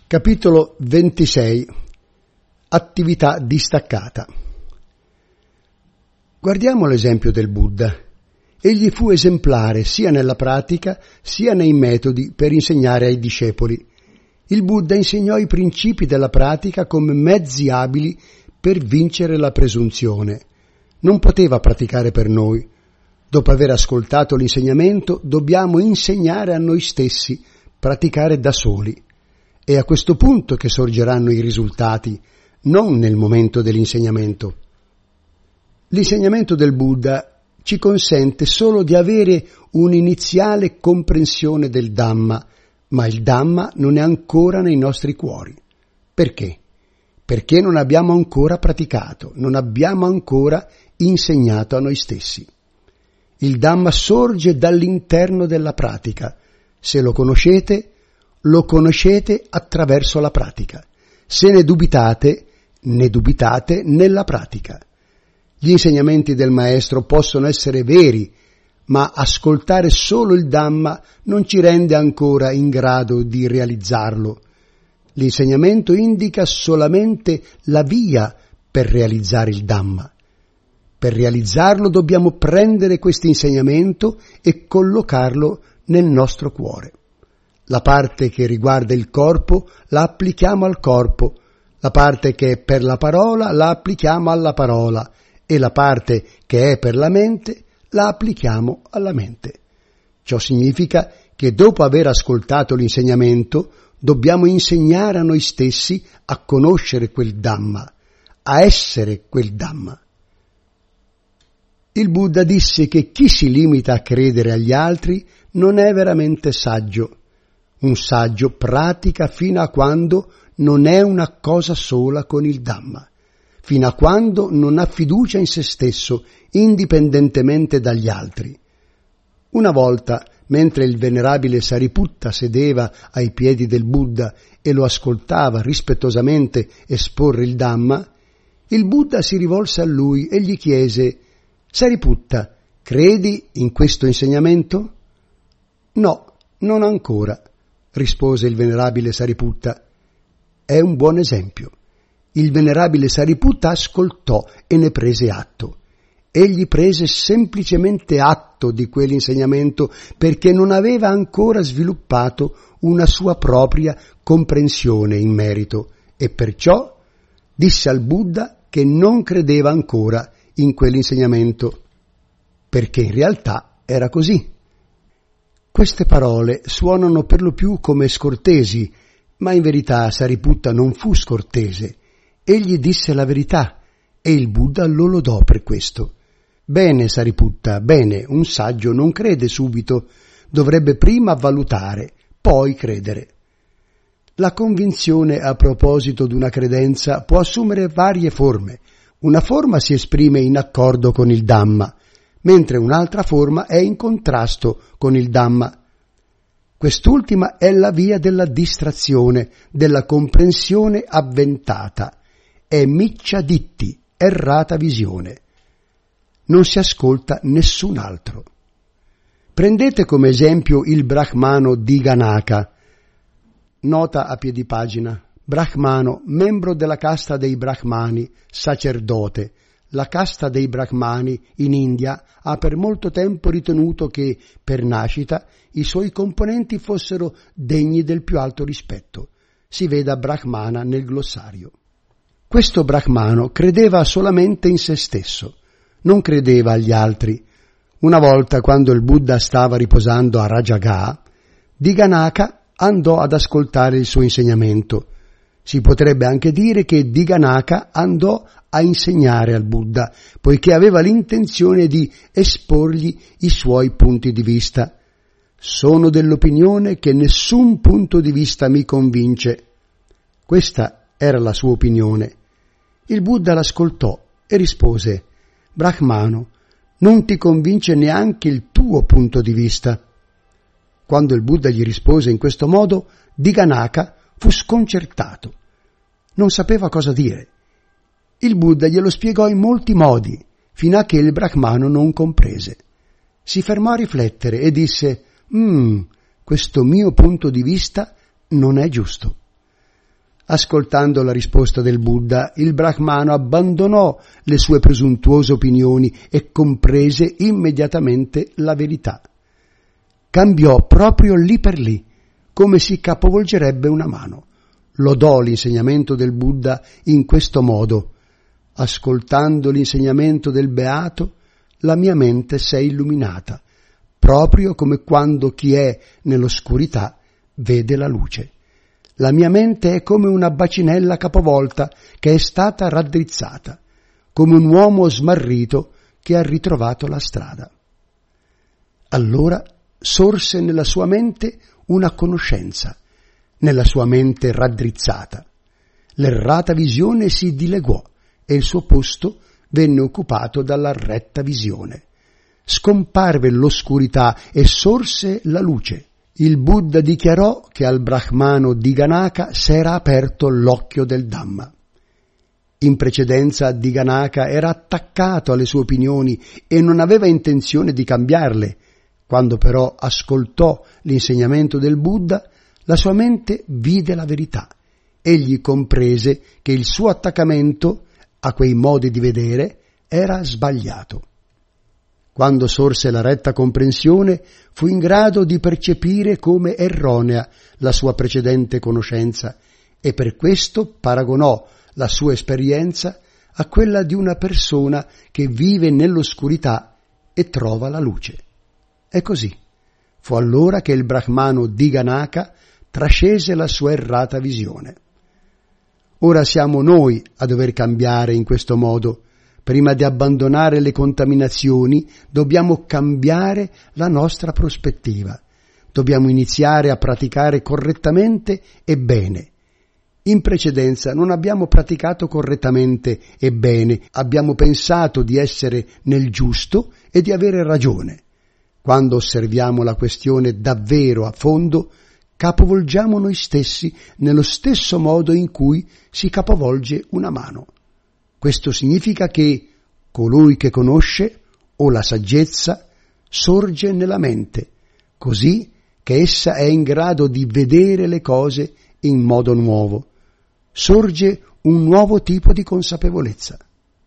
Capitolo 26. Attività distaccata. Guardiamo l'esempio del Buddha. Egli fu esemplare sia nella pratica sia nei metodi per insegnare ai discepoli. Il Buddha insegnò i principi della pratica come mezzi abili per vincere la presunzione. Non poteva praticare per noi. Dopo aver ascoltato l'insegnamento, dobbiamo insegnare a noi stessi, praticare da soli. È a questo punto che sorgeranno i risultati, non nel momento dell'insegnamento. L'insegnamento del Buddha ci consente solo di avere un'iniziale comprensione del Dhamma, ma il Dhamma non è ancora nei nostri cuori. Perché? Perché non abbiamo ancora praticato, non abbiamo ancora insegnato a noi stessi. Il Dhamma sorge dall'interno della pratica. Se lo conoscete attraverso la pratica. Se ne dubitate nella pratica. Gli insegnamenti del Maestro possono essere veri, ma ascoltare solo il Dhamma non ci rende ancora in grado di realizzarlo. L'insegnamento indica solamente la via per realizzare il Dhamma. Per realizzarlo dobbiamo prendere questo insegnamento e collocarlo nel nostro cuore. La parte che riguarda il corpo la applichiamo al corpo, la parte che è per la parola la applichiamo alla parola e la parte che è per la mente la applichiamo alla mente. Ciò significa che dopo aver ascoltato l'insegnamento dobbiamo insegnare a noi stessi a conoscere quel Dhamma, a essere quel Dhamma. Il Buddha disse che chi si limita a credere agli altri non è veramente saggio. Un saggio pratica fino a quando non è una cosa sola con il Dhamma, fino a quando non ha fiducia in se stesso, indipendentemente dagli altri. Una volta, mentre il venerabile Sariputta sedeva ai piedi del Buddha e lo ascoltava rispettosamente esporre il Dhamma, il Buddha si rivolse a lui e gli chiese: «Sariputta, credi in questo insegnamento?» «No, non ancora», rispose il venerabile Sariputta. È un buon esempio. Il venerabile Sariputta ascoltò e ne prese atto. Egli prese semplicemente atto di quell'insegnamento perché non aveva ancora sviluppato una sua propria comprensione in merito e perciò disse al Buddha che non credeva ancora in quell'insegnamento, perché in realtà era così. Queste parole suonano per lo più come scortesi, ma in verità Sariputta non fu scortese. Egli disse la verità e il Buddha lo lodò per questo. Bene, Sariputta, bene, un saggio non crede subito, dovrebbe prima valutare, poi credere. La convinzione a proposito di una credenza può assumere varie forme. Una forma si esprime in accordo con il Dhamma, mentre un'altra forma è in contrasto con il Dhamma. Quest'ultima è la via della distrazione, della comprensione avventata. È miccia ditti, errata visione. Non si ascolta nessun altro. Prendete come esempio il brahmano Diganaka. Nota a piedi pagina. Brahmano, membro della casta dei brahmani, sacerdote. La casta dei brahmani in India ha per molto tempo ritenuto che, per nascita, i suoi componenti fossero degni del più alto rispetto. Si veda brahmana nel glossario. Questo brahmano credeva solamente in se stesso, non credeva agli altri. Una volta, quando il Buddha stava riposando a Rajagaha, Diganaka andò ad ascoltare il suo insegnamento. Si potrebbe anche dire che Diganaka andò a insegnare al Buddha, poiché aveva l'intenzione di esporgli i suoi punti di vista. Sono dell'opinione che nessun punto di vista mi convince. Questa era la sua opinione. Il Buddha l'ascoltò e rispose: Brahmano, non ti convince neanche il tuo punto di vista. Quando il Buddha gli rispose in questo modo, Diganaka fu sconcertato. Non sapeva cosa dire. Il Buddha glielo spiegò in molti modi, fino a che il brahmano non comprese. Si fermò a riflettere e disse: questo mio punto di vista non è giusto. Ascoltando la risposta del Buddha, il Brahmano abbandonò le sue presuntuose opinioni e comprese immediatamente la verità. Cambiò proprio lì per lì, come si capovolgerebbe una mano. Lodò l'insegnamento del Buddha in questo modo: ascoltando l'insegnamento del Beato, la mia mente si è illuminata, proprio come quando chi è nell'oscurità vede la luce. La mia mente è come una bacinella capovolta che è stata raddrizzata, come un uomo smarrito che ha ritrovato la strada. Allora sorse nella sua mente una conoscenza, nella sua mente raddrizzata. L'errata visione si dileguò e il suo posto venne occupato dalla retta visione. Scomparve l'oscurità e sorse la luce. Il Buddha dichiarò che al Brahmano Diganaka s'era aperto l'occhio del Dhamma. In precedenza Diganaka era attaccato alle sue opinioni e non aveva intenzione di cambiarle. Quando però ascoltò l'insegnamento del Buddha, la sua mente vide la verità. Egli comprese che il suo attaccamento a quei modi di vedere era sbagliato. Quando sorse la retta comprensione, fu in grado di percepire come erronea la sua precedente conoscenza e per questo paragonò la sua esperienza a quella di una persona che vive nell'oscurità e trova la luce. E così fu allora che il Brahmano Diganaka trascese la sua errata visione. Ora siamo noi a dover cambiare in questo modo. Prima di abbandonare le contaminazioni, dobbiamo cambiare la nostra prospettiva. Dobbiamo iniziare a praticare correttamente e bene. In precedenza non abbiamo praticato correttamente e bene, abbiamo pensato di essere nel giusto e di avere ragione. Quando osserviamo la questione davvero a fondo, capovolgiamo noi stessi nello stesso modo in cui si capovolge una mano. Questo significa che colui che conosce, o la saggezza, sorge nella mente, così che essa è in grado di vedere le cose in modo nuovo. Sorge un nuovo tipo di consapevolezza.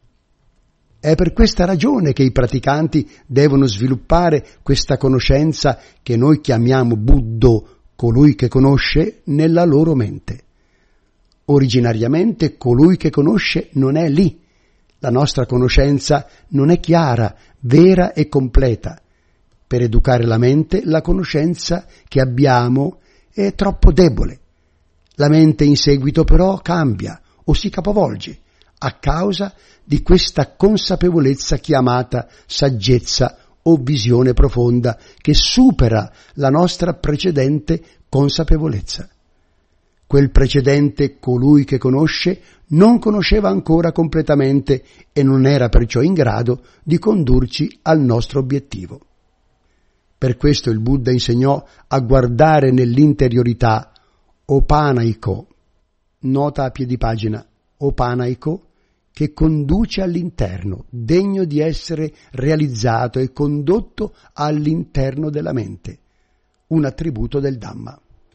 È per questa ragione che i praticanti devono sviluppare questa conoscenza che noi chiamiamo Buddho, colui che conosce, nella loro mente. Originariamente colui che conosce non è lì. La nostra conoscenza non è chiara, vera e completa. Per educare la mente, la conoscenza che abbiamo è troppo debole. La mente in seguito però cambia o si capovolge a causa di questa consapevolezza chiamata saggezza o visione profonda che supera la nostra precedente consapevolezza. Quel precedente colui che conosce non conosceva ancora completamente e non era perciò in grado di condurci al nostro obiettivo. Per questo il Buddha insegnò a guardare nell'interiorità Opanaiko, nota a piedi pagina, Opanaiko, che conduce all'interno, degno di essere realizzato e condotto all'interno della mente, un attributo del Dhamma.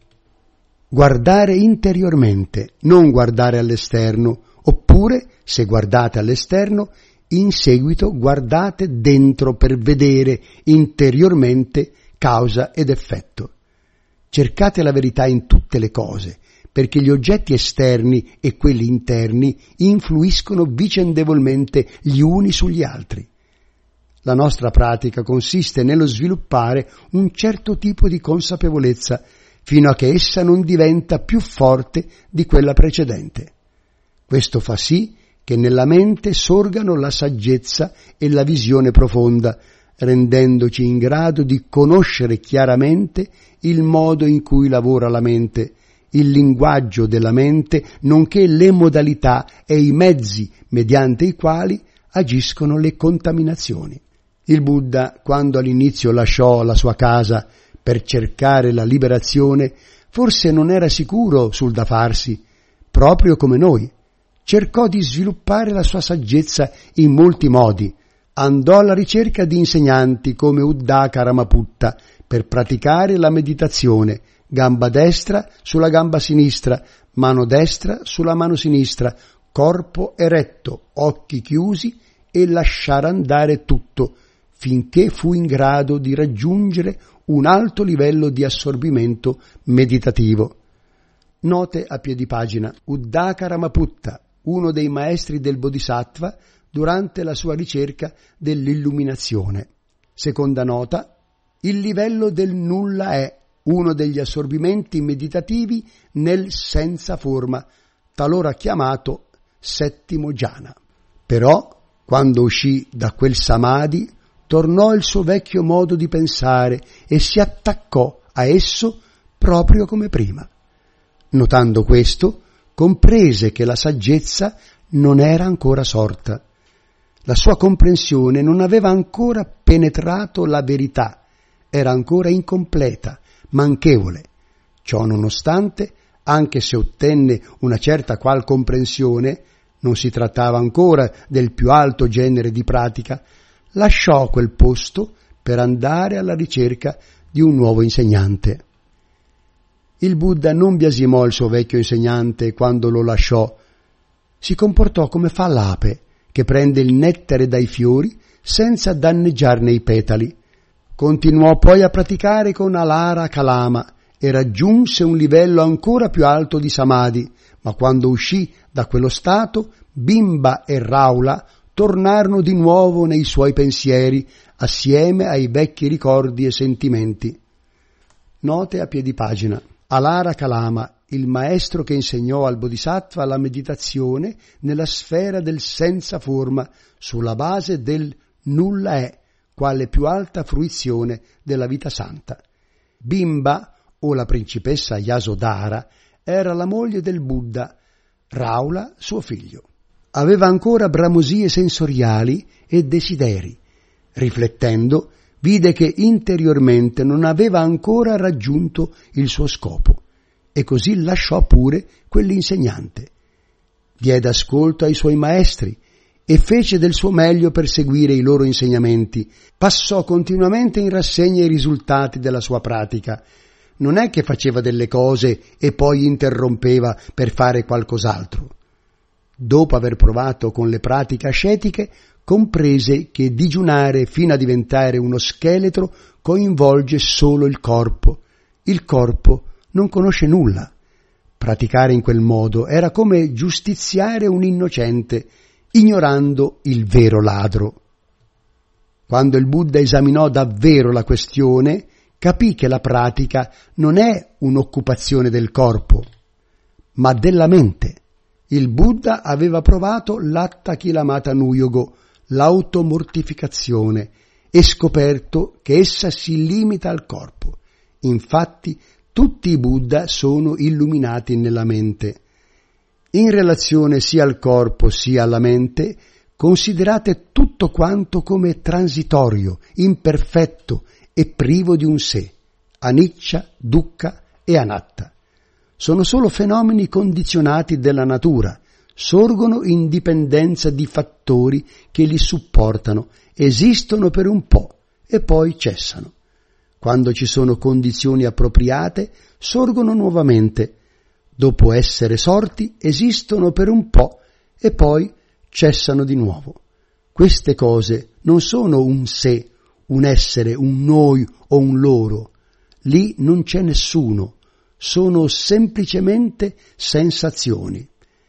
Guardare interiormente, non guardare all'esterno, oppure, se guardate all'esterno, in seguito guardate dentro per vedere interiormente causa ed effetto. Cercate la verità in tutte le cose, perché gli oggetti esterni e quelli interni influiscono vicendevolmente gli uni sugli altri. La nostra pratica consiste nello sviluppare un certo tipo di consapevolezza fino a che essa non diventa più forte di quella precedente. Questo fa sì che nella mente sorgano la saggezza e la visione profonda, rendendoci in grado di conoscere chiaramente il modo in cui lavora la mente, il linguaggio della mente, nonché le modalità e i mezzi mediante i quali agiscono le contaminazioni. Il Buddha, quando all'inizio lasciò la sua casa per cercare la liberazione, forse non era sicuro sul da farsi, proprio come noi. Cercò di sviluppare la sua saggezza in molti modi. Andò alla ricerca di insegnanti come Uddaka Ramaputta per praticare la meditazione, gamba destra sulla gamba sinistra, mano destra sulla mano sinistra, corpo eretto, occhi chiusi e lasciare andare tutto, finché fu in grado di raggiungere un alto livello di assorbimento meditativo. Note a piedi pagina. Uddaka Ramaputta, uno dei maestri del Bodhisattva durante la sua ricerca dell'illuminazione. Seconda nota. Il livello del nulla è uno degli assorbimenti meditativi nel senza forma, talora chiamato settimo jhana. Però, quando uscì da quel samadhi, tornò il suo vecchio modo di pensare e si attaccò a esso proprio come prima. Notando questo, comprese che la saggezza non era ancora sorta. La sua comprensione non aveva ancora penetrato la verità, era ancora incompleta, manchevole. Ciò nonostante, anche se ottenne una certa qual comprensione, non si trattava ancora del più alto genere di pratica, lasciò quel posto per andare alla ricerca di un nuovo insegnante. Il Buddha non biasimò il suo vecchio insegnante quando lo lasciò. Si comportò come fa l'ape, che prende il nettare dai fiori senza danneggiarne i petali. Continuò poi a praticare con Alara Kalama e raggiunse un livello ancora più alto di samadhi, ma quando uscì da quello stato, Bimba e Raula tornarono di nuovo nei suoi pensieri, assieme ai vecchi ricordi e sentimenti. Note a piedi pagina. Alara Kalama, il maestro che insegnò al Bodhisattva la meditazione nella sfera del senza forma, sulla base del nulla è, quale più alta fruizione della vita santa. Bimba, o la principessa Yasodhara, era la moglie del Buddha, Raula suo figlio. Aveva ancora bramosie sensoriali e desideri. Riflettendo, vide che interiormente non aveva ancora raggiunto il suo scopo e così lasciò pure quell'insegnante. Diede ascolto ai suoi maestri e fece del suo meglio per seguire i loro insegnamenti. Passò continuamente in rassegna i risultati della sua pratica. Non è che faceva delle cose e poi interrompeva per fare qualcos'altro. Dopo aver provato con le pratiche ascetiche, comprese che digiunare fino a diventare uno scheletro coinvolge solo il corpo. Il corpo non conosce nulla. Praticare in quel modo era come giustiziare un innocente, ignorando il vero ladro. Quando il Buddha esaminò davvero la questione, capì che la pratica non è un'occupazione del corpo, ma della mente. Il Buddha aveva provato l'Attakilamata Nuyogo, l'automortificazione, e scoperto che essa si limita al corpo. Infatti, tutti i Buddha sono illuminati nella mente. In relazione sia al corpo sia alla mente, considerate tutto quanto come transitorio, imperfetto e privo di un sé, anicca, dukkha e anatta. Sono solo fenomeni condizionati della natura, sorgono in dipendenza di fattori che li supportano, esistono per un po' e poi cessano. Quando ci sono condizioni appropriate, sorgono nuovamente. Dopo essere sorti, esistono per un po' e poi cessano di nuovo. Queste cose non sono un sé, un essere, un noi o un loro. Lì non c'è nessuno, sono semplicemente sensazioni.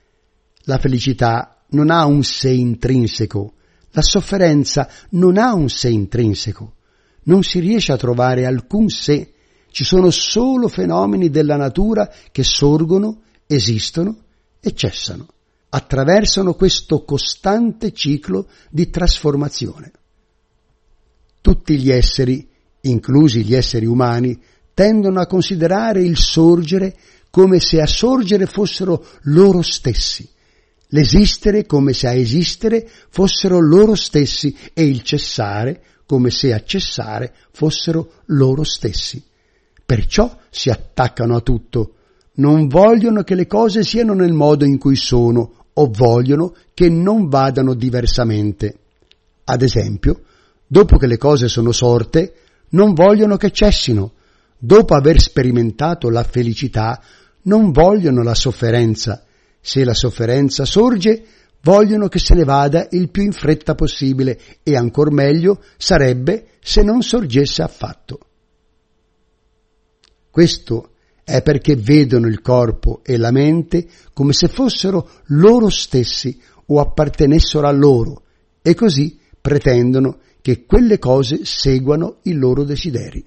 La felicità non ha un sé intrinseco, la sofferenza non ha un sé intrinseco. Non si riesce a trovare alcun sé, ci sono solo fenomeni della natura che sorgono, esistono e cessano. Attraversano questo costante ciclo di trasformazione. Tutti gli esseri, inclusi gli esseri umani, tendono a considerare il sorgere come se a sorgere fossero loro stessi, l'esistere come se a esistere fossero loro stessi e il cessare come se a cessare fossero loro stessi. Perciò si attaccano a tutto, non vogliono che le cose siano nel modo in cui sono o vogliono che non vadano diversamente. Ad esempio, dopo che le cose sono sorte, non vogliono che cessino, dopo aver sperimentato la felicità, non vogliono la sofferenza. Se la sofferenza sorge, vogliono che se ne vada il più in fretta possibile e ancor meglio sarebbe se non sorgesse affatto. Questo è perché vedono il corpo e la mente come se fossero loro stessi o appartenessero a loro e così pretendono che quelle cose seguano i loro desideri.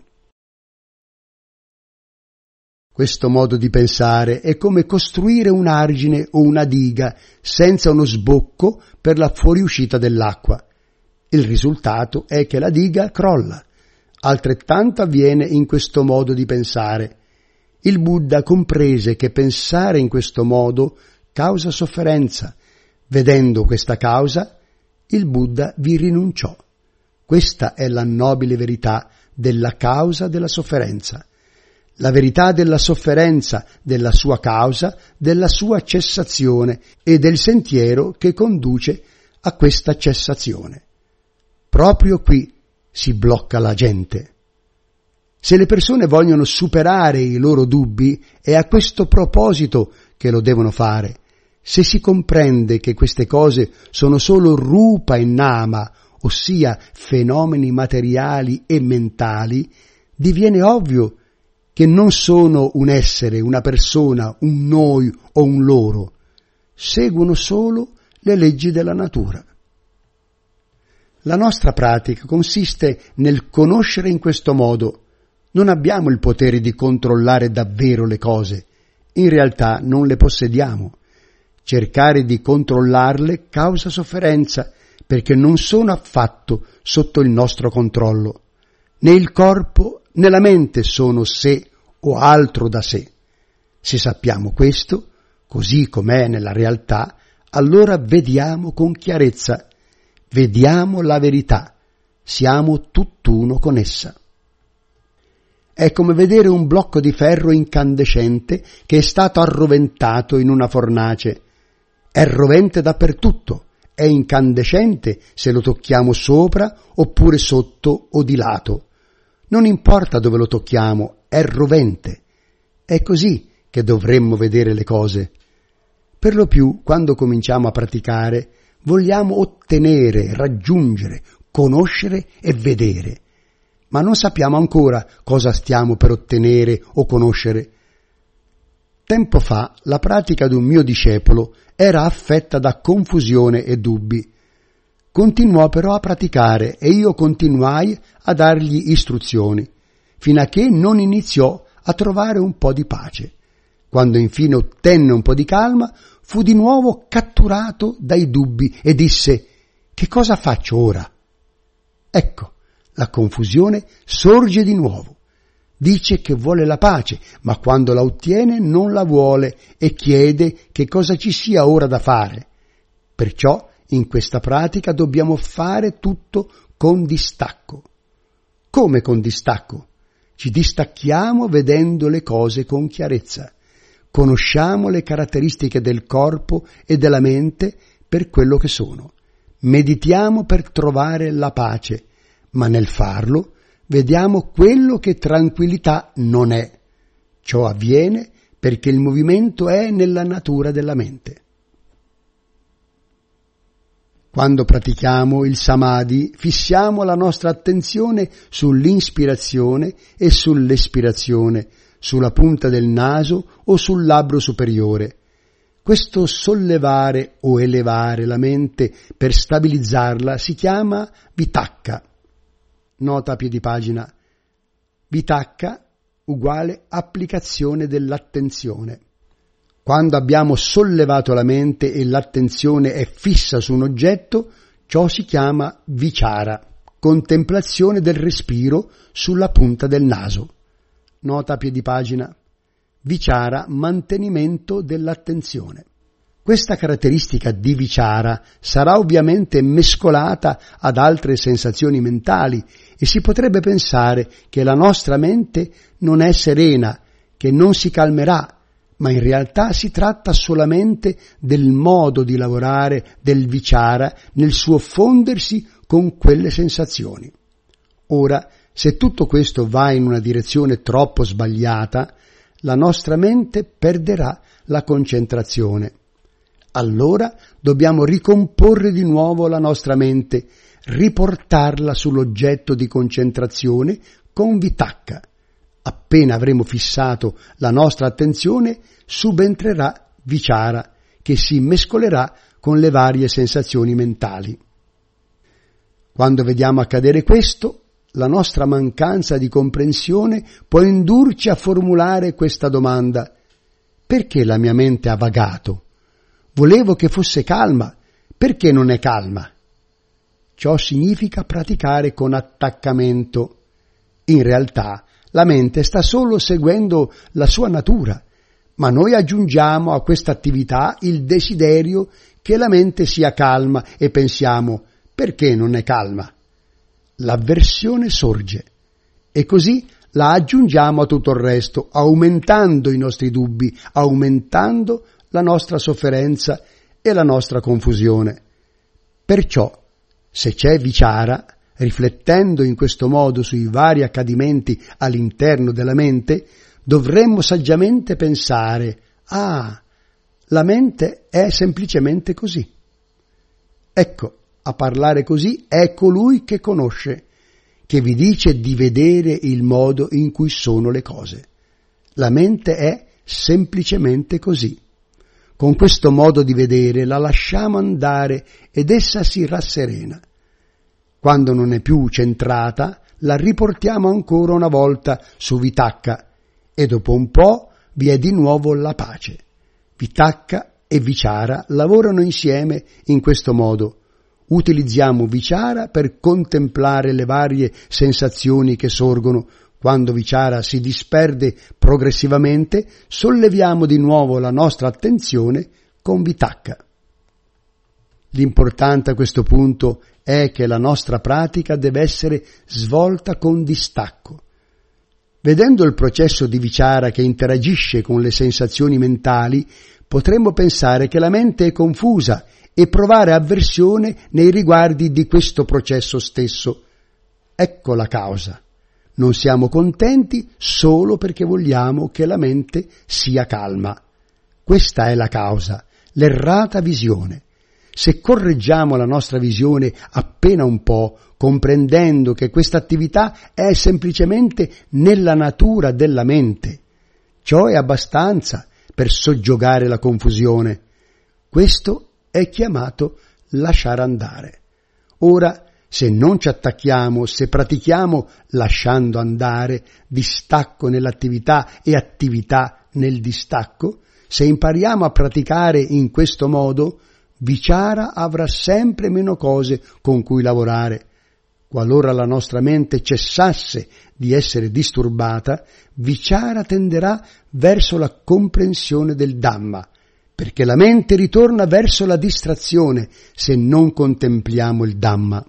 Questo modo di pensare è come costruire un argine o una diga senza uno sbocco per la fuoriuscita dell'acqua. Il risultato è che la diga crolla. Altrettanto avviene in questo modo di pensare. Il Buddha comprese che pensare in questo modo causa sofferenza. Vedendo questa causa, il Buddha vi rinunciò. Questa è la nobile verità della causa della sofferenza. La verità della sofferenza, della sua causa, della sua cessazione e del sentiero che conduce a questa cessazione. Proprio qui si blocca la gente. Se le persone vogliono superare i loro dubbi, è a questo proposito che lo devono fare. Se si comprende che queste cose sono solo rupa e nama, ossia fenomeni materiali e mentali, diviene ovvio che non sono un essere, una persona, un noi o un loro. Seguono solo le leggi della natura. La nostra pratica consiste nel conoscere in questo modo. Non abbiamo il potere di controllare davvero le cose. In realtà non le possediamo. Cercare di controllarle causa sofferenza perché non sono affatto sotto il nostro controllo. Né il corpo né la mente sono sé o altro da sé. Se sappiamo questo, così com'è nella realtà, allora vediamo con chiarezza, vediamo la verità, siamo tutt'uno con essa. È come vedere un blocco di ferro incandescente che è stato arroventato in una fornace. È rovente dappertutto, è incandescente se lo tocchiamo sopra oppure sotto o di lato. Non importa dove lo tocchiamo, è rovente. È così che dovremmo vedere le cose. Per lo più, quando cominciamo a praticare, vogliamo ottenere, raggiungere, conoscere e vedere. Ma non sappiamo ancora cosa stiamo per ottenere o conoscere. Tempo fa la pratica di un mio discepolo era affetta da confusione e dubbi. Continuò però a praticare e io continuai a dargli istruzioni, fino a che non iniziò a trovare un po' di pace. Quando infine ottenne un po' di calma, fu di nuovo catturato dai dubbi e disse: «Che cosa faccio ora?» Ecco, la confusione sorge di nuovo. Dice che vuole la pace, ma quando la ottiene non la vuole e chiede che cosa ci sia ora da fare. Perciò in questa pratica dobbiamo fare tutto con distacco. Come con distacco? Ci distacchiamo vedendo le cose con chiarezza. Conosciamo le caratteristiche del corpo e della mente per quello che sono. Meditiamo per trovare la pace, ma nel farlo vediamo quello che tranquillità non è. Ciò avviene perché il movimento è nella natura della mente. Quando pratichiamo il samadhi, fissiamo la nostra attenzione sull'inspirazione e sull'espirazione, sulla punta del naso o sul labbro superiore. Questo sollevare o elevare la mente per stabilizzarla si chiama vitakka. Nota a piedi pagina. Vitakka uguale applicazione dell'attenzione. Quando abbiamo sollevato la mente e l'attenzione è fissa su un oggetto, ciò si chiama vichara, contemplazione del respiro sulla punta del naso. Nota a piedi pagina. Vichara, mantenimento dell'attenzione. Questa caratteristica di vichara sarà ovviamente mescolata ad altre sensazioni mentali e si potrebbe pensare che la nostra mente non è serena, che non si calmerà, ma in realtà si tratta solamente del modo di lavorare del vichara nel suo fondersi con quelle sensazioni. Ora, Se tutto questo va in una direzione troppo sbagliata, la nostra mente perderà la concentrazione. Allora dobbiamo ricomporre di nuovo la nostra mente, riportarla sull'oggetto di concentrazione con vitakka. Appena avremo fissato la nostra attenzione, subentrerà vichara, che si mescolerà con le varie sensazioni mentali. Quando vediamo accadere questo, la nostra mancanza di comprensione può indurci a formulare questa domanda: perché la mia mente ha vagato? Volevo che fosse calma, perché non è calma? Ciò significa praticare con attaccamento. In realtà la mente sta solo seguendo la sua natura, ma noi aggiungiamo a questa attività il desiderio che la mente sia calma e pensiamo: perché non è calma? L'avversione sorge e così la aggiungiamo a tutto il resto, aumentando i nostri dubbi, aumentando la nostra sofferenza e la nostra confusione. Perciò, se c'è vichara, riflettendo in questo modo sui vari accadimenti all'interno della mente, dovremmo saggiamente pensare: ah, la mente è semplicemente così. Ecco, a parlare così è colui che conosce, che vi dice di vedere il modo in cui sono le cose. La mente è semplicemente così. Con questo modo di vedere la lasciamo andare ed essa si rasserena. Quando non è più centrata, la riportiamo ancora una volta su vitakka e dopo un po' vi è di nuovo la pace. Vitakka e vichara lavorano insieme in questo modo. Utilizziamo vichara per contemplare le varie sensazioni che sorgono. Quando vichara si disperde progressivamente, solleviamo di nuovo la nostra attenzione con vitakka. L'importante a questo punto è che la nostra pratica deve essere svolta con distacco. Vedendo il processo di vichara che interagisce con le sensazioni mentali, potremmo pensare che la mente è confusa e provare avversione nei riguardi di questo processo stesso. Ecco la causa. Non siamo contenti solo perché vogliamo che la mente sia calma. Questa è la causa, l'errata visione. Se correggiamo la nostra visione appena un po', comprendendo che questa attività è semplicemente nella natura della mente, ciò è abbastanza per soggiogare la confusione. Questo è chiamato lasciare andare. Ora, se non ci attacchiamo, se pratichiamo lasciando andare, distacco nell'attività e attività nel distacco, se impariamo a praticare in questo modo, vichara avrà sempre meno cose con cui lavorare. Qualora la nostra mente cessasse di essere disturbata, vichara tenderà verso la comprensione del Dhamma, perché la mente ritorna verso la distrazione se non contempliamo il Dhamma.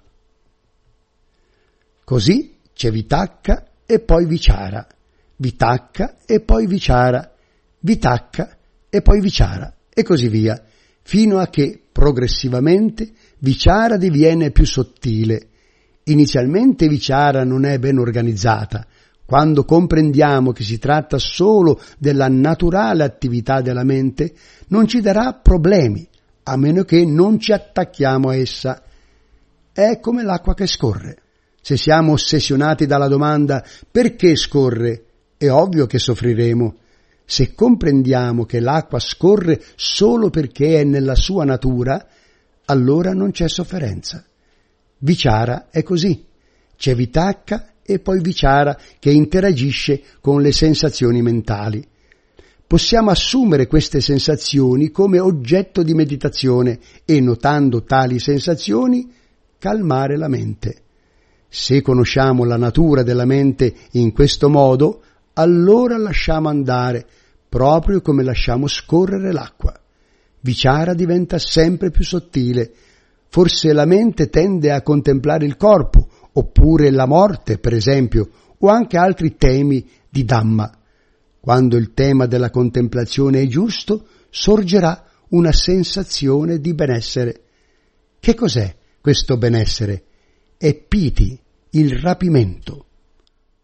Così c'è vitakka e poi vichara, vitakka e poi vichara, vitakka e poi vichara, e così via, fino a che progressivamente vichara diviene più sottile. Inizialmente vichara non è ben organizzata. Quando comprendiamo che si tratta solo della naturale attività della mente, non ci darà problemi, a meno che non ci attacchiamo a essa. È come l'acqua che scorre. Se siamo ossessionati dalla domanda perché scorre, è ovvio che soffriremo. Se comprendiamo che l'acqua scorre solo perché è nella sua natura, allora non c'è sofferenza. Vichara è così. C'è vitakka e poi vichara che interagisce con le sensazioni mentali. Possiamo assumere queste sensazioni come oggetto di meditazione e, notando tali sensazioni, calmare la mente. Se conosciamo la natura della mente in questo modo, allora lasciamo andare, proprio come lasciamo scorrere l'acqua. Vichara diventa sempre più sottile. Forse la mente tende a contemplare il corpo, oppure la morte, per esempio, o anche altri temi di Dhamma. Quando il tema della contemplazione è giusto, sorgerà una sensazione di benessere. Che cos'è questo benessere? È piti, il rapimento.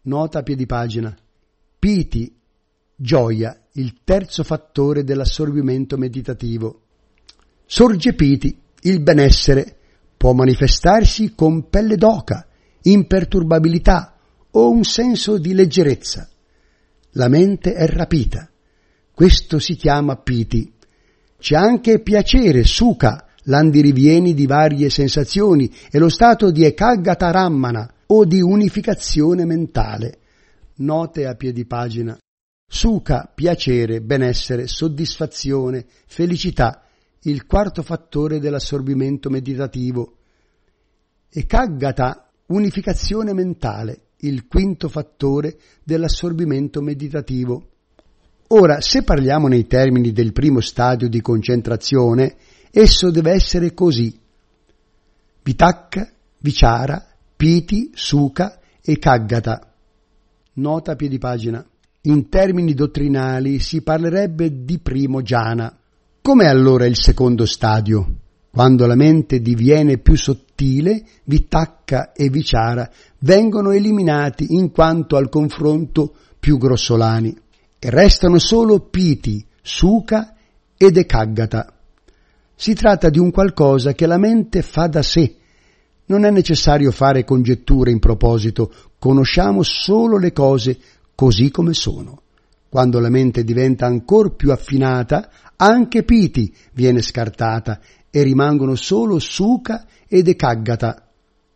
Nota a piedi pagina. Piti, gioia, il terzo fattore dell'assorbimento meditativo. Sorge piti, il benessere, può manifestarsi con pelle d'oca, imperturbabilità o un senso di leggerezza. La mente è rapita. Questo si chiama piti. C'è anche piacere, sukha, l'andirivieni di varie sensazioni e lo stato di ekaggata rammana o di unificazione mentale. Note a piedi pagina. Sukha, piacere, benessere, soddisfazione, felicità, il quarto fattore dell'assorbimento meditativo. Ekaggata, unificazione mentale, il quinto fattore dell'assorbimento meditativo. Ora, se parliamo nei termini del primo stadio di concentrazione, esso deve essere così: vitakka, vichara, piti, sukha e kaggata. Nota a piedi pagina. In termini dottrinali si parlerebbe di primo jhana. Com'è allora il secondo stadio? Quando la mente diviene più sottile, vitakka e vichara vengono eliminati in quanto al confronto più grossolani e restano solo piti, sukha ed ekaggata. Si tratta di un qualcosa che la mente fa da sé. Non è necessario fare congetture in proposito, conosciamo solo le cose così come sono. Quando la mente diventa ancor più affinata, anche piti viene scartata e rimangono solo sukha ed ekaggata.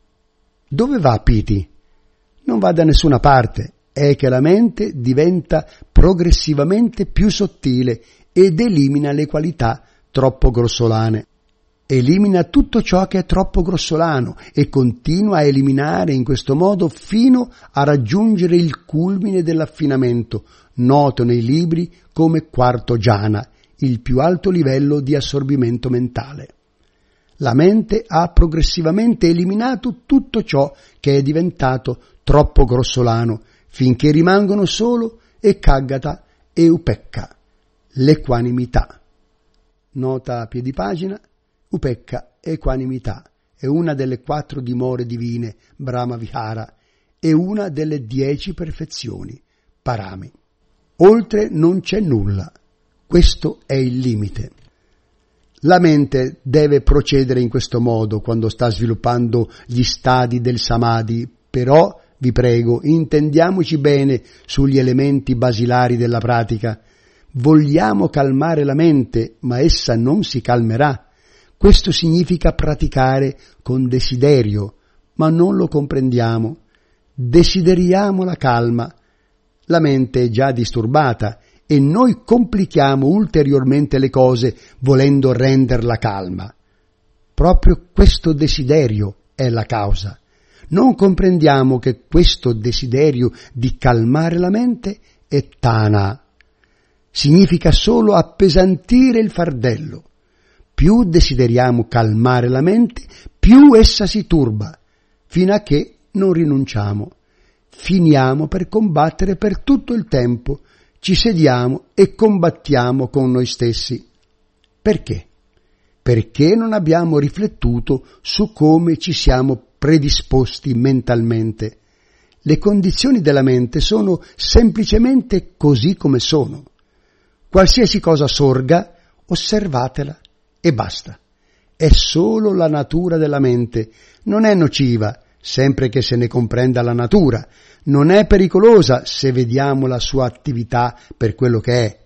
Dove va piti? Non va da nessuna parte, è che la mente diventa progressivamente più sottile ed elimina le qualità troppo grossolane. Elimina tutto ciò che è troppo grossolano e continua a eliminare in questo modo fino a raggiungere il culmine dell'affinamento, noto nei libri come quarto jhana, il più alto livello di assorbimento mentale. La mente ha progressivamente eliminato tutto ciò che è diventato troppo grossolano, finché rimangono solo ekaggata e upekka, l'equanimità. Nota a piedi pagina. Upekka, equanimità, è una delle 4 dimore divine, Brahma Vihara, e una delle 10 perfezioni, Parami. Oltre non c'è nulla. Questo è il limite. La mente deve procedere in questo modo quando sta sviluppando gli stadi del samadhi, però, vi prego, intendiamoci bene sugli elementi basilari della pratica. Vogliamo calmare la mente, ma essa non si calmerà. Questo significa praticare con desiderio, ma non lo comprendiamo. Desideriamo la calma. La mente è già disturbata e noi complichiamo ulteriormente le cose volendo renderla calma. Proprio questo desiderio è la causa. Non comprendiamo che questo desiderio di calmare la mente è tana. Significa solo appesantire il fardello. Più desideriamo calmare la mente, più essa si turba, fino a che non rinunciamo. Finiamo per combattere per tutto il tempo, ci sediamo e combattiamo con noi stessi. Perché? Perché non abbiamo riflettuto su come ci siamo predisposti mentalmente. Le condizioni della mente sono semplicemente così come sono. Qualsiasi cosa sorga, osservatela. E basta. È solo la natura della mente. Non è nociva, sempre che se ne comprenda la natura. Non è pericolosa se vediamo la sua attività per quello che è.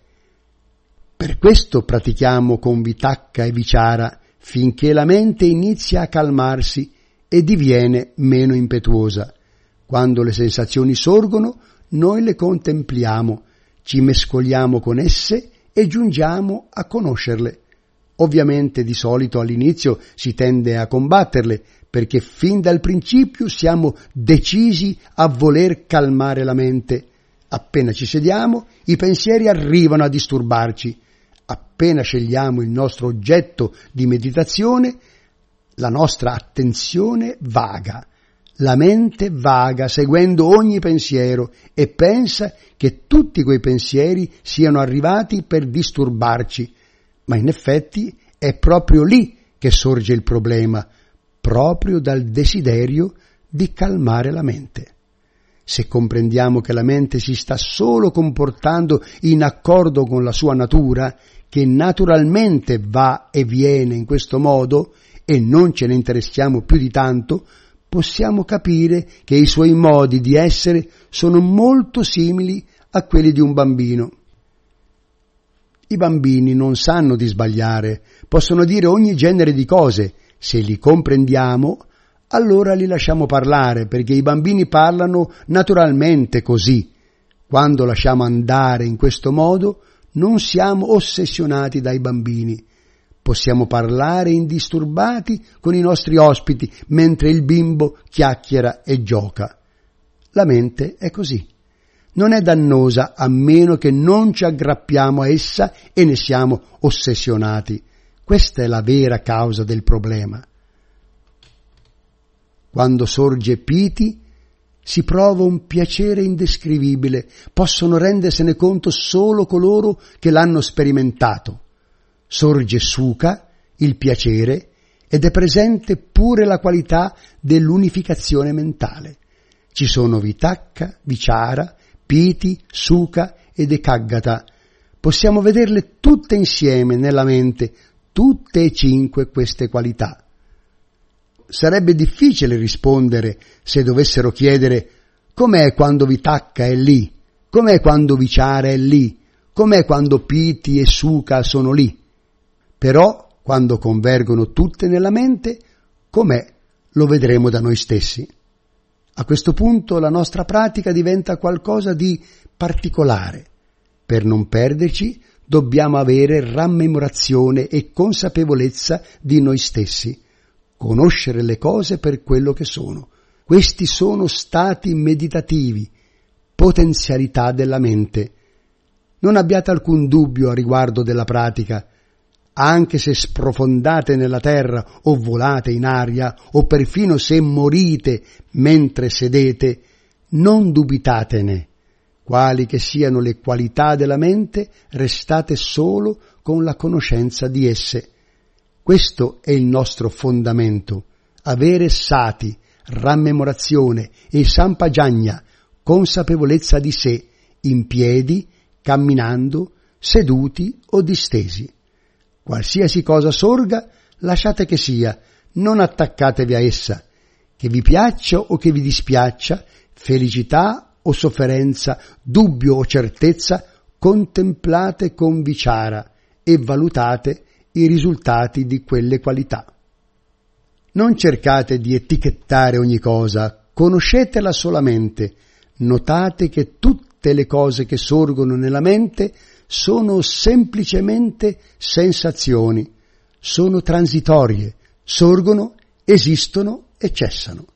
Per questo pratichiamo con vitakka e vichara, finché la mente inizia a calmarsi e diviene meno impetuosa. Quando le sensazioni sorgono, noi le contempliamo, ci mescoliamo con esse e giungiamo a conoscerle. Ovviamente di solito all'inizio si tende a combatterle, perché fin dal principio siamo decisi a voler calmare la mente. Appena ci sediamo, i pensieri arrivano a disturbarci. Appena scegliamo il nostro oggetto di meditazione, la nostra attenzione vaga. La mente vaga seguendo ogni pensiero e pensa che tutti quei pensieri siano arrivati per disturbarci. Ma in effetti è proprio lì che sorge il problema, proprio dal desiderio di calmare la mente. Se comprendiamo che la mente si sta solo comportando in accordo con la sua natura, che naturalmente va e viene in questo modo, e non ce ne interessiamo più di tanto, possiamo capire che i suoi modi di essere sono molto simili a quelli di un bambino. I bambini non sanno di sbagliare, possono dire ogni genere di cose. Se li comprendiamo, allora li lasciamo parlare, perché i bambini parlano naturalmente così. Quando lasciamo andare in questo modo, non siamo ossessionati dai bambini. Possiamo parlare indisturbati con i nostri ospiti, mentre il bimbo chiacchiera e gioca. La mente è così. Non è dannosa a meno che non ci aggrappiamo a essa e ne siamo ossessionati. Questa è la vera causa del problema. Quando sorge piti, si prova un piacere indescrivibile. Possono rendersene conto solo coloro che l'hanno sperimentato. Sorge sukha, il piacere, ed è presente pure la qualità dell'unificazione mentale. Ci sono vitakka, vichara, piti, sukha ed ekaggata. Possiamo vederle tutte insieme nella mente, tutte e 5 queste qualità. Sarebbe difficile rispondere se dovessero chiedere com'è quando vitakka è lì, com'è quando vichara è lì, com'è quando piti e sukha sono lì. Però, quando convergono tutte nella mente, com'è lo vedremo da noi stessi. A questo punto la nostra pratica diventa qualcosa di particolare. Per non perderci, dobbiamo avere rammemorazione e consapevolezza di noi stessi, conoscere le cose per quello che sono. Questi sono stati meditativi, potenzialità della mente. Non abbiate alcun dubbio a riguardo della pratica. Anche se sprofondate nella terra o volate in aria o perfino se morite mentre sedete, non dubitatene. Quali che siano le qualità della mente, restate solo con la conoscenza di esse. Questo è il nostro fondamento, avere sati, rammemorazione e sampajanya, consapevolezza di sé, in piedi, camminando, seduti o distesi. Qualsiasi cosa sorga, lasciate che sia, non attaccatevi a essa, che vi piaccia o che vi dispiaccia, felicità o sofferenza, dubbio o certezza, contemplate con vichara e valutate i risultati di quelle qualità. Non cercate di etichettare ogni cosa, conoscetela solamente, notate che tutte le cose che sorgono nella mente sono semplicemente sensazioni, sono transitorie, sorgono, esistono e cessano.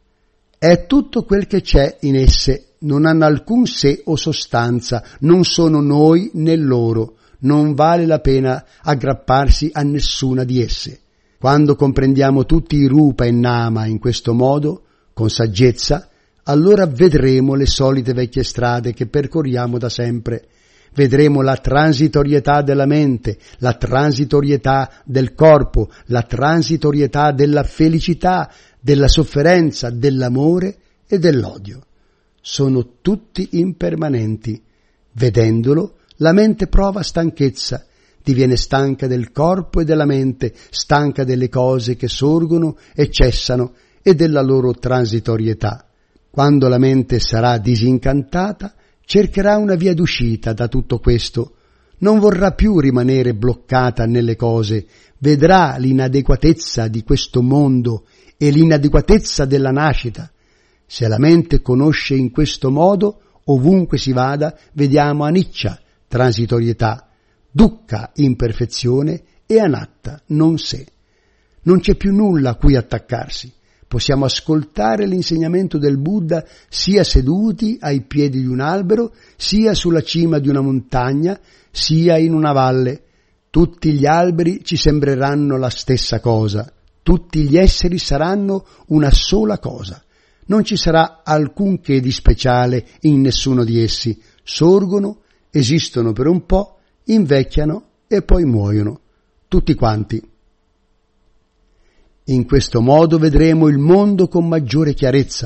È tutto quel che c'è in esse, non hanno alcun sé o sostanza, non sono noi né loro, non vale la pena aggrapparsi a nessuna di esse. Quando comprendiamo tutti i rupa e nama in questo modo, con saggezza, allora vedremo le solite vecchie strade che percorriamo da sempre. Vedremo la transitorietà della mente, la transitorietà del corpo, la transitorietà della felicità, della sofferenza, dell'amore e dell'odio. Sono tutti impermanenti. Vedendolo, la mente prova stanchezza, diviene stanca del corpo e della mente, stanca delle cose che sorgono e cessano e della loro transitorietà. Quando la mente sarà disincantata, cercherà una via d'uscita da tutto questo, non vorrà più rimanere bloccata nelle cose, vedrà l'inadeguatezza di questo mondo e l'inadeguatezza della nascita. Se la mente conosce in questo modo, ovunque si vada, vediamo anicca, transitorietà, dukkha, imperfezione e anatta, non sé. Non c'è più nulla a cui attaccarsi. Possiamo ascoltare l'insegnamento del Buddha sia seduti ai piedi di un albero, sia sulla cima di una montagna, sia in una valle. Tutti gli alberi ci sembreranno la stessa cosa, tutti gli esseri saranno una sola cosa. Non ci sarà alcunché di speciale in nessuno di essi. Sorgono, esistono per un po', invecchiano e poi muoiono. Tutti quanti. In questo modo vedremo il mondo con maggiore chiarezza,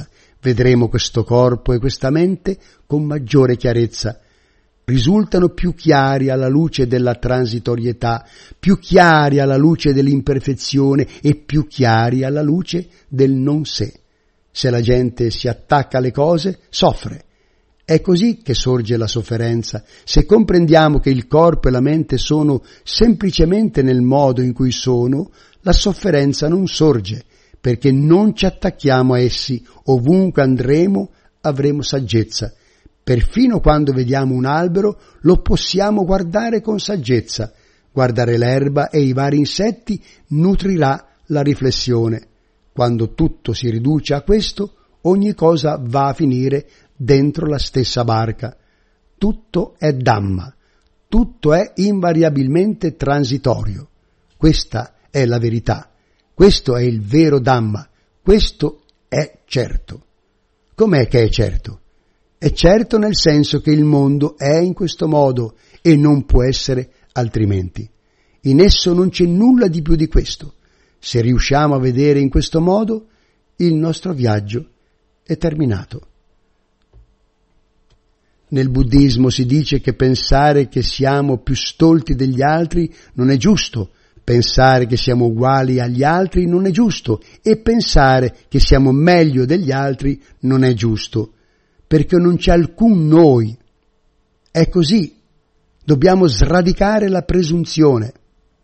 vedremo questo corpo e questa mente con maggiore chiarezza. Risultano più chiari alla luce della transitorietà, più chiari alla luce dell'imperfezione e più chiari alla luce del non sé. Se la gente si attacca alle cose, soffre. È così che sorge la sofferenza. Se comprendiamo che il corpo e la mente sono semplicemente nel modo in cui sono, la sofferenza non sorge, perché non ci attacchiamo a essi. Ovunque andremo avremo saggezza. Perfino quando vediamo un albero lo possiamo guardare con saggezza. Guardare l'erba e i vari insetti nutrirà la riflessione. Quando tutto si riduce a questo, ogni cosa va a finire dentro la stessa barca. Tutto è Dhamma, tutto è invariabilmente transitorio. Questa è la verità, questo è il vero Dhamma, questo è certo. Com'è che è certo? È certo nel senso che il mondo è in questo modo e non può essere altrimenti. In esso non c'è nulla di più di questo. Se riusciamo a vedere in questo modo, il nostro viaggio è terminato. Nel buddismo si dice che pensare che siamo più stolti degli altri non è giusto, pensare che siamo uguali agli altri non è giusto e pensare che siamo meglio degli altri non è giusto, perché non c'è alcun noi. È così. Dobbiamo sradicare la presunzione.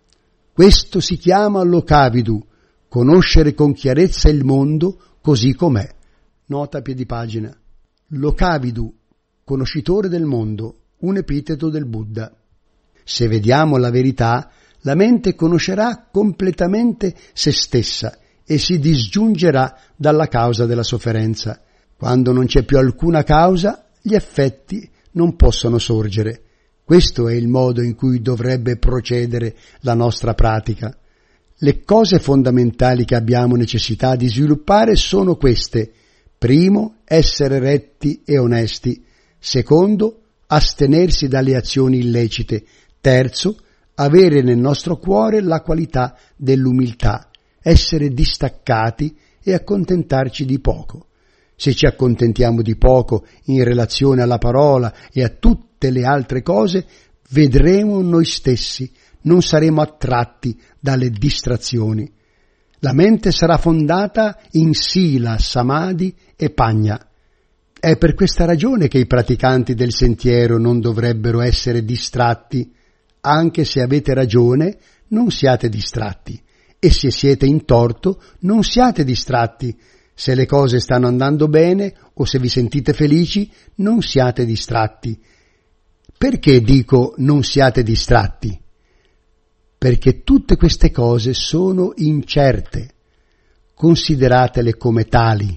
Questo si chiama lokavidu, conoscere con chiarezza il mondo così com'è. Nota a piedi pagina. Lokavidu, conoscitore del mondo, un epiteto del Buddha. Se vediamo la verità, la mente conoscerà completamente se stessa e si disgiungerà dalla causa della sofferenza. Quando non c'è più alcuna causa, gli effetti non possono sorgere. Questo è il modo in cui dovrebbe procedere la nostra pratica. Le cose fondamentali che abbiamo necessità di sviluppare sono queste. Primo, essere retti e onesti. Secondo, astenersi dalle azioni illecite. Terzo, avere nel nostro cuore la qualità dell'umiltà, essere distaccati e accontentarci di poco. Se ci accontentiamo di poco in relazione alla parola e a tutte le altre cose, vedremo noi stessi, non saremo attratti dalle distrazioni. La mente sarà fondata in sila, samadhi e pagna. È per questa ragione che i praticanti del sentiero non dovrebbero essere distratti. Anche se avete ragione, non siate distratti. E se siete in torto, non siate distratti. Se le cose stanno andando bene o se vi sentite felici, non siate distratti. Perché dico non siate distratti? Perché tutte queste cose sono incerte. Consideratele come tali.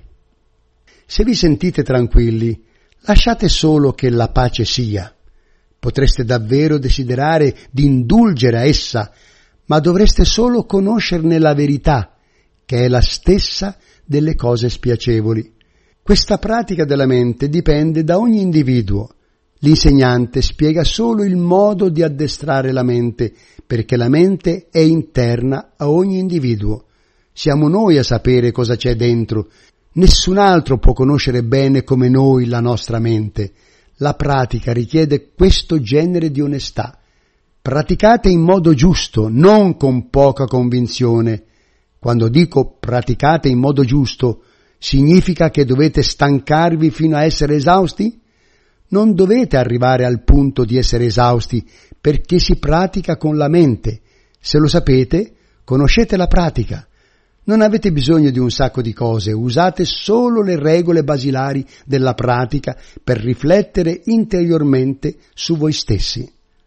Se vi sentite tranquilli, lasciate solo che la pace sia. Potreste davvero desiderare di indulgere a essa, ma dovreste solo conoscerne la verità, che è la stessa delle cose spiacevoli. Questa pratica della mente dipende da ogni individuo. L'insegnante spiega solo il modo di addestrare la mente, perché la mente è interna a ogni individuo. Siamo noi a sapere cosa c'è dentro. Nessun altro può conoscere bene come noi la nostra mente. La pratica richiede questo genere di onestà. Praticate in modo giusto, non con poca convinzione. Quando dico praticate in modo giusto, significa che dovete stancarvi fino a essere esausti? Non dovete arrivare al punto di essere esausti, perché si pratica con la mente. Se lo sapete, conoscete la pratica. Non avete bisogno di un sacco di cose, usate solo le regole basilari della pratica per riflettere interiormente su voi stessi.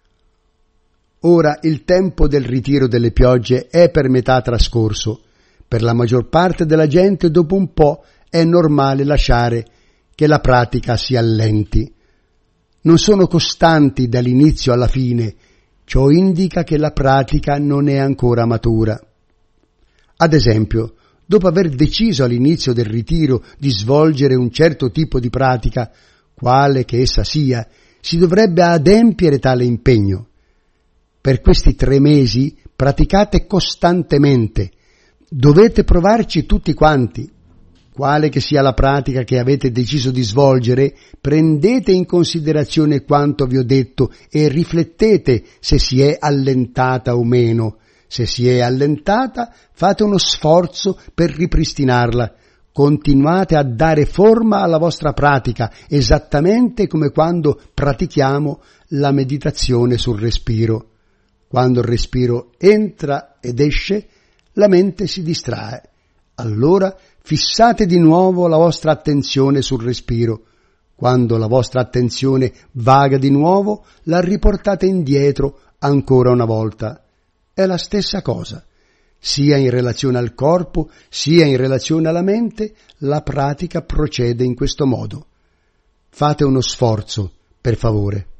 Ora il tempo del ritiro delle piogge è per metà trascorso. Per la maggior parte della gente dopo un po' è normale lasciare che la pratica si allenti. Non sono costanti dall'inizio alla fine, ciò indica che la pratica non è ancora matura. Ad esempio, dopo aver deciso all'inizio del ritiro di svolgere un certo tipo di pratica, quale che essa sia, si dovrebbe adempiere tale impegno. Per questi 3 mesi praticate costantemente. Dovete provarci tutti quanti. Quale che sia la pratica che avete deciso di svolgere, prendete in considerazione quanto vi ho detto e riflettete se si è allentata o meno. Se si è allentata, fate uno sforzo per ripristinarla. Continuate a dare forma alla vostra pratica, esattamente come quando pratichiamo la meditazione sul respiro. Quando il respiro entra ed esce, la mente si distrae. Allora fissate di nuovo la vostra attenzione sul respiro. Quando la vostra attenzione vaga di nuovo, la riportate indietro ancora una volta. È la stessa cosa. Sia in relazione al corpo, sia in relazione alla mente, la pratica procede in questo modo. Fate uno sforzo, per favore.